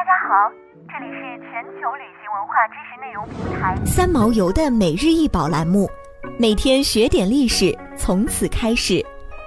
家好，这里是全球旅行文化知识内容平台三毛游的每日一宝栏目，每天学点历史，从此开始。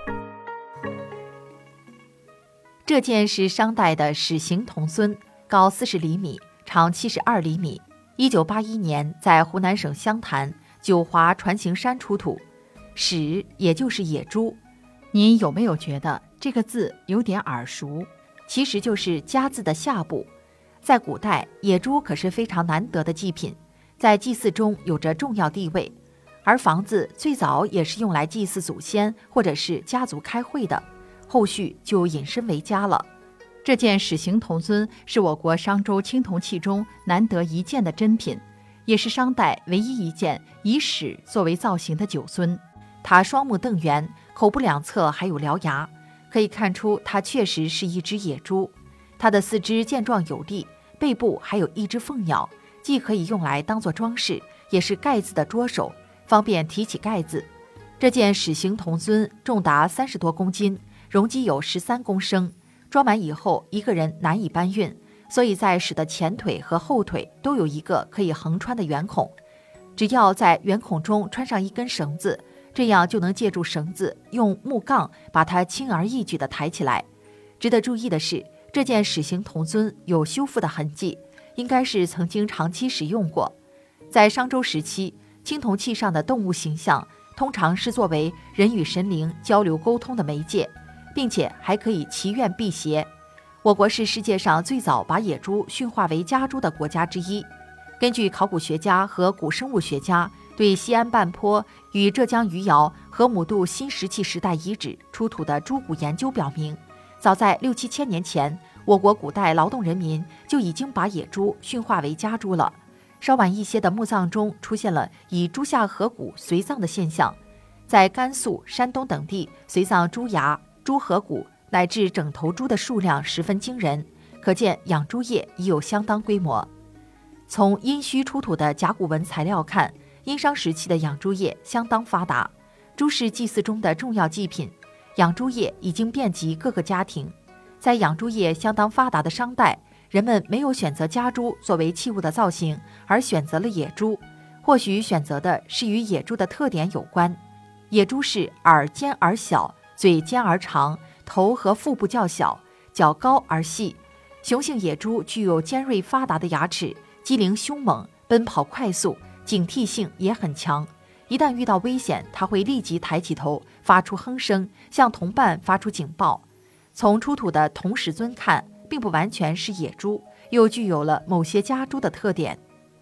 这件是商代的矢形铜尊，高40厘米，长72厘米。1981年在湖南省湘潭九华船形山出土。矢也就是野猪，您有没有觉得这个字有点耳熟？其实就是家字的下部。在古代，野猪可是非常难得的祭品，在祭祀中有着重要地位。而房子最早也是用来祭祀祖先或者是家族开会的，后续就引申为家了。这件矢形铜尊是我国商周青铜器中难得一见的珍品，也是商代唯一一件以矢作为造型的酒尊。它双目瞪圆，口部两侧还有獠牙，可以看出它确实是一只野猪。它的四肢健壮有力，背部还有一只凤鸟，既可以用来当作装饰，也是盖子的捉手，方便提起盖子。这件矢形铜尊重达30多公斤，容积有13公升，装满以后一个人难以搬运，所以在矢的前腿和后腿都有一个可以横穿的圆孔，只要在圆孔中穿上一根绳子，这样就能借助绳子用木杠把它轻而易举地抬起来。值得注意的是，这件矢形铜尊有修复的痕迹，应该是曾经长期使用过。在商周时期，青铜器上的动物形象通常是作为人与神灵交流沟通的媒介，并且还可以祈愿辟邪。我国是世界上最早把野猪驯化为家猪的国家之一。根据考古学家和古生物学家对西安半坡与浙江余姚河姆渡新石器时代遗址出土的猪骨研究表明，早在6、7千年前，我国古代劳动人民就已经把野猪驯化为家猪了。稍晚一些的墓葬中出现了以猪下颌骨随葬的现象，在甘肃、山东等地随葬猪牙、猪颌骨乃至整头猪的数量十分惊人，可见养猪业已有相当规模。从殷墟出土的甲骨文材料看，殷商时期的养猪业相当发达，猪是祭祀中的重要祭品，养猪业已经遍及各个家庭。在养猪业相当发达的商代，人们没有选择家猪作为器物的造型，而选择了野猪。或许选择的是与野猪的特点有关。野猪是耳尖而小，嘴尖而长，头和腹部较小，脚高而细。雄性野猪具有尖锐发达的牙齿，机灵凶猛，奔跑快速，警惕性也很强。一旦遇到危险，它会立即抬起头，发出哼声，向同伴发出警报。从出土的铜矢尊看，并不完全是野猪，又具有了某些家猪的特点。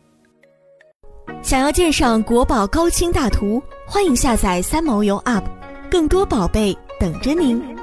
想要鉴赏国宝高清大图，欢迎下载三毛游 App， 更多宝贝等着您。